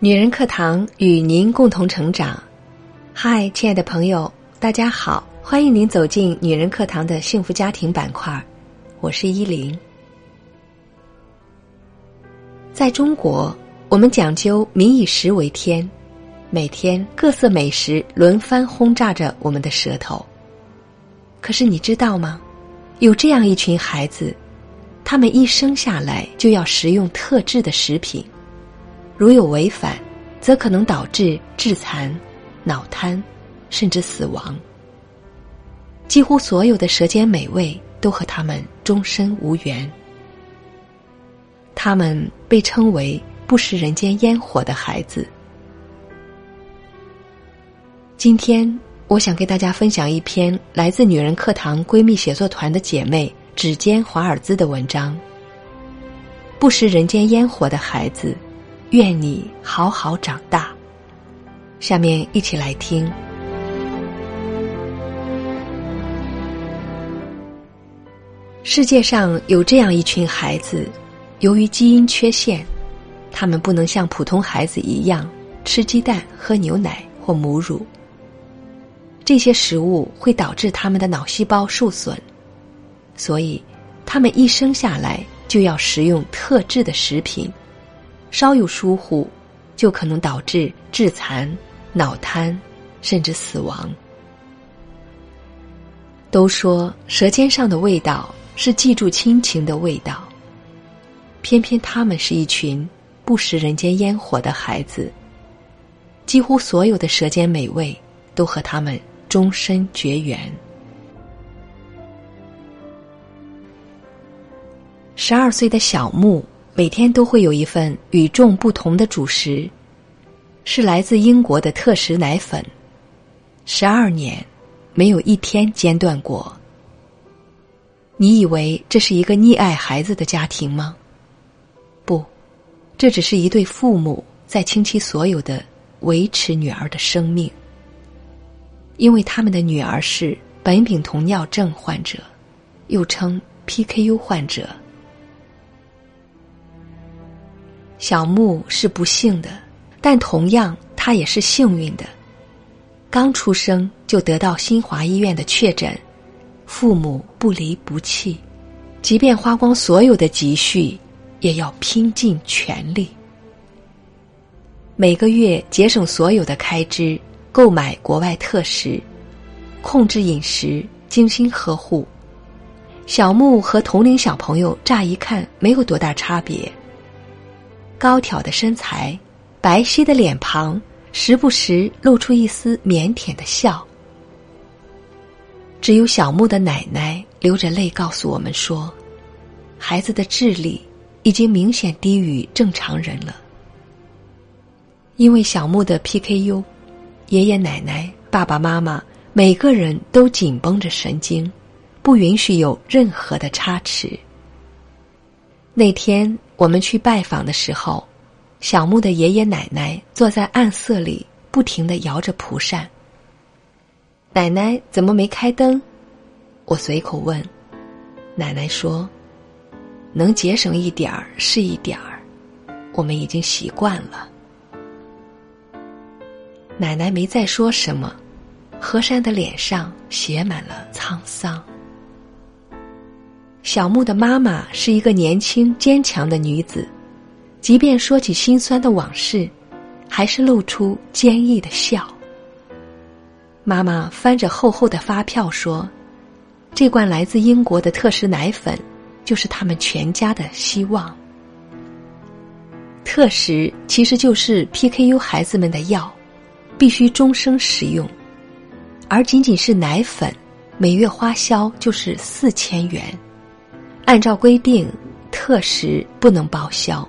女人课堂与您共同成长。嗨，亲爱的朋友，大家好，欢迎您走进女人课堂的幸福家庭板块，我是依林。在中国，我们讲究民以食为天，每天各色美食轮番轰炸着我们的舌头。可是你知道吗？有这样一群孩子，他们一生下来就要食用特制的食品，如有违反，则可能导致致残、脑瘫，甚至死亡。几乎所有的舌尖美味都和他们终身无缘。他们被称为不食人间烟火的孩子。今天我想给大家分享一篇来自女人课堂闺蜜写作团的姐妹指尖华尔兹的文章。不食人间烟火的孩子，愿你好好长大。下面一起来听。世界上有这样一群孩子，由于基因缺陷，他们不能像普通孩子一样吃鸡蛋、喝牛奶或母乳。这些食物会导致他们的脑细胞受损，所以他们一生下来就要食用特制的食品，稍有疏忽就可能导致致残、脑瘫，甚至死亡。都说舌尖上的味道是记住亲情的味道，偏偏他们是一群不食人间烟火的孩子，几乎所有的舌尖美味都和他们终身绝缘。12岁的小木每天都会有一份与众不同的主食，是来自英国的特食奶粉，12年没有一天间断过。你以为这是一个溺爱孩子的家庭吗？不，这只是一对父母在倾其所有的维持女儿的生命。因为他们的女儿是苯丙酮尿症患者，又称 PKU 患者。小木是不幸的，但同样他也是幸运的。刚出生就得到新华医院的确诊，父母不离不弃，即便花光所有的积蓄，也要拼尽全力。每个月节省所有的开支，购买国外特食，控制饮食，精心呵护。小木和同龄小朋友乍一看没有多大差别，高挑的身材，白皙的脸庞，时不时露出一丝腼腆的笑。只有小木的奶奶流着泪告诉我们说，孩子的智力已经明显低于正常人了。因为小木的 PKU， 爷爷奶奶、爸爸妈妈每个人都紧绷着神经，不允许有任何的差池。那天我们去拜访的时候，小木的爷爷奶奶坐在暗色里，不停地摇着蒲扇。奶奶怎么没开灯？我随口问。奶奶说，能节省一点儿是一点儿，我们已经习惯了。奶奶没再说什么，和善的脸上写满了沧桑。小木的妈妈是一个年轻坚强的女子，即便说起心酸的往事，还是露出坚毅的笑。妈妈翻着厚厚的发票说，这罐来自英国的特食奶粉就是他们全家的希望。特食其实就是 PKU 孩子们的药，必须终生食用，而仅仅是奶粉，每月花销就是4000元。按照规定，特食不能报销。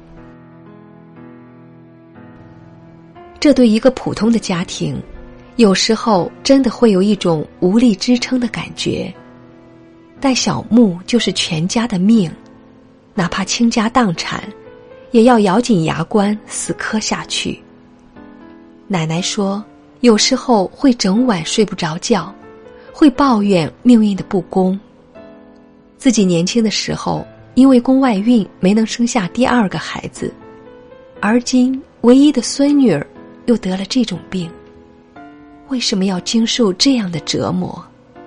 这对一个普通的家庭，有时候真的会有一种无力支撑的感觉。但小木就是全家的命，哪怕倾家荡产，也要咬紧牙关死磕下去。奶奶说，有时候会整晚睡不着觉，会抱怨命运的不公。自己年轻的时候因为宫外孕没能生下第2个孩子，而今唯一的孙女儿又得了这种病，为什么要经受这样的折磨？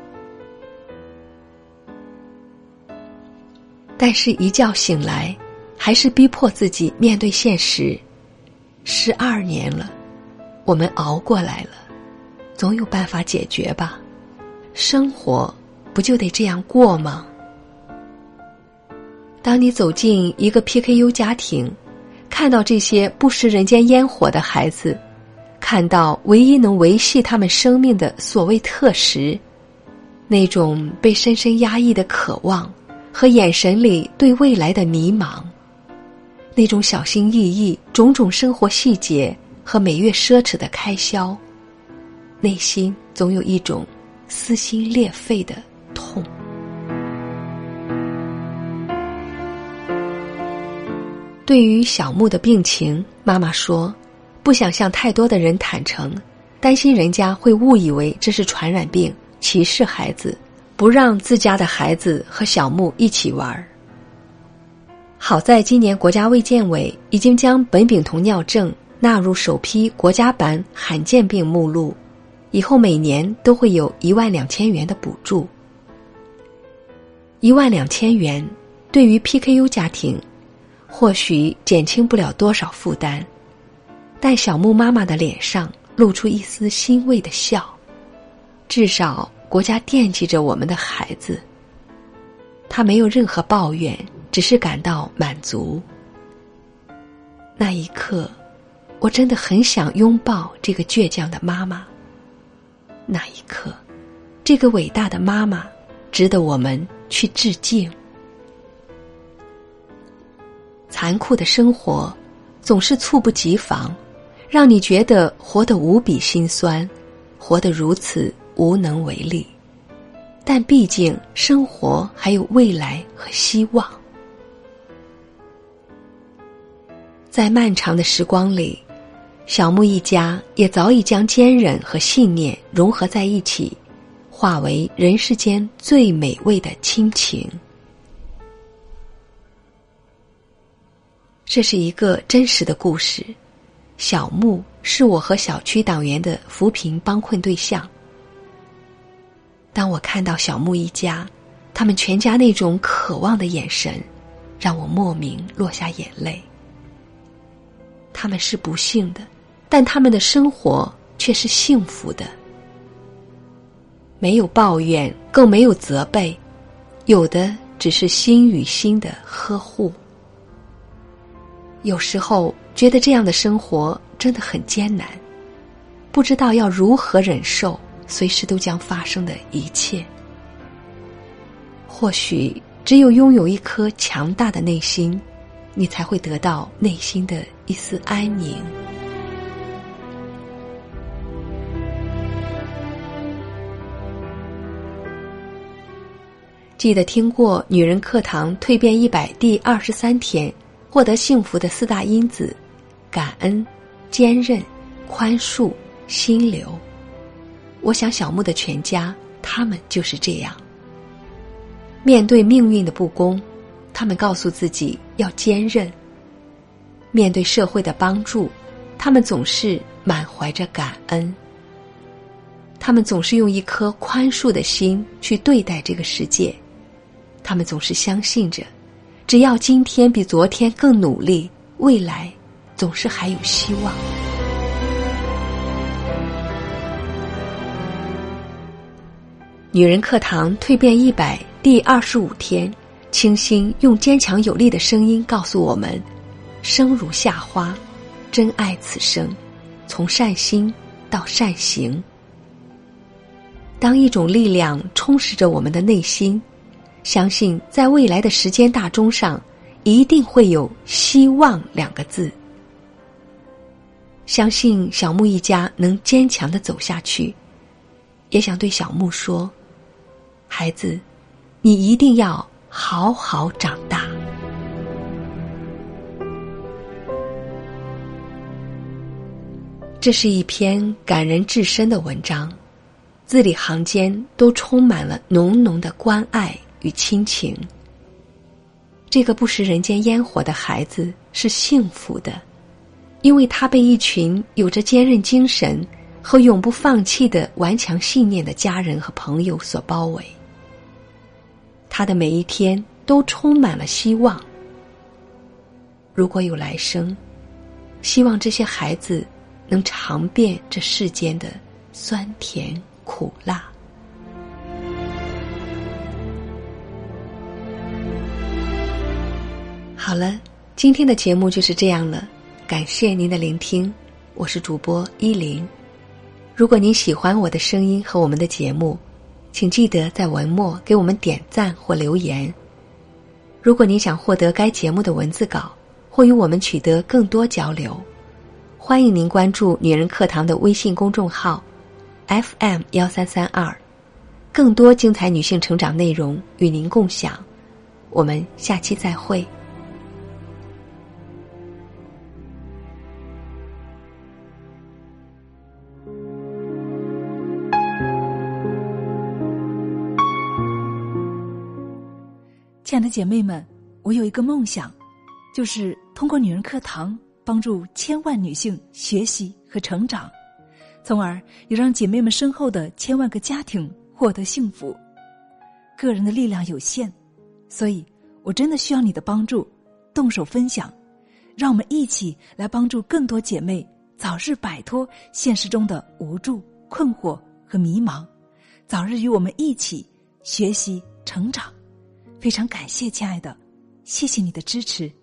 但是一觉醒来，还是逼迫自己面对现实。12年了，我们熬过来了，总有办法解决吧？生活不就得这样过吗？当你走进一个 PKU 家庭，看到这些不食人间烟火的孩子，看到唯一能维系他们生命的所谓特食，那种被深深压抑的渴望和眼神里对未来的迷茫，那种小心翼翼种种生活细节和每月奢侈的开销，内心总有一种撕心裂肺的痛。对于小木的病情，妈妈说不想向太多的人坦诚，担心人家会误以为这是传染病，歧视孩子，不让自家的孩子和小木一起玩。好在今年国家卫健委已经将苯丙酮尿症纳入首批国家版罕见病目录，以后每年都会有12000元的补助。12000元对于 PKU 家庭或许减轻不了多少负担，但小木妈妈的脸上露出一丝欣慰的笑，至少国家惦记着我们的孩子。她没有任何抱怨，只是感到满足。那一刻，我真的很想拥抱这个倔强的妈妈。那一刻，这个伟大的妈妈值得我们去致敬。残酷的生活总是猝不及防，让你觉得活得无比心酸，活得如此无能为力。但毕竟生活还有未来和希望。在漫长的时光里，小木一家也早已将坚韧和信念融合在一起，化为人世间最美味的亲情。这是一个真实的故事，小木是我和小区党员的扶贫帮困对象。当我看到小木一家，他们全家那种渴望的眼神，让我莫名落下眼泪。他们是不幸的，但他们的生活却是幸福的。没有抱怨，更没有责备，有的只是心与心的呵护。有时候觉得这样的生活真的很艰难，不知道要如何忍受随时都将发生的一切。或许只有拥有一颗强大的内心，你才会得到内心的一丝安宁。记得听过女人课堂蜕变100第23天获得幸福的4大因子：感恩、坚韧、宽恕、心流。我想小木的全家，他们就是这样。面对命运的不公，他们告诉自己要坚韧；面对社会的帮助，他们总是满怀着感恩。他们总是用一颗宽恕的心去对待这个世界。他们总是相信着，只要今天比昨天更努力，未来总是还有希望。女人课堂蜕变100第25天，清新用坚强有力的声音告诉我们：生如夏花，珍爱此生，从善心到善行。当一种力量充实着我们的内心，相信在未来的时间大钟上，一定会有希望2个字。相信小木一家能坚强地走下去，也想对小木说，孩子，你一定要好好长大。这是一篇感人至深的文章，字里行间都充满了浓浓的关爱与亲情。这个不食人间烟火的孩子是幸福的， 因为他被一群有着坚韧精神和永不放弃的顽强信念的家人和朋友所包围。他的每一天都充满了希望。如果有来生，希望这些孩子能尝遍这世间的酸甜苦辣。好了，今天的节目就是这样了，感谢您的聆听，我是主播依林。如果您喜欢我的声音和我们的节目，请记得在文末给我们点赞或留言。如果您想获得该节目的文字稿，或与我们取得更多交流，欢迎您关注女人课堂的微信公众号 FM1332，更多精彩女性成长内容与您共享。我们下期再会。 亲爱的姐妹们，我有一个梦想，就是通过女人课堂帮助千万女性学习和成长，从而也让姐妹们身后的千万个家庭获得幸福。个人的力量有限，所以我真的需要你的帮助，动手分享，让我们一起来帮助更多姐妹早日摆脱现实中的无助、困惑和迷茫，早日与我们一起学习成长。非常感谢亲爱的，谢谢你的支持。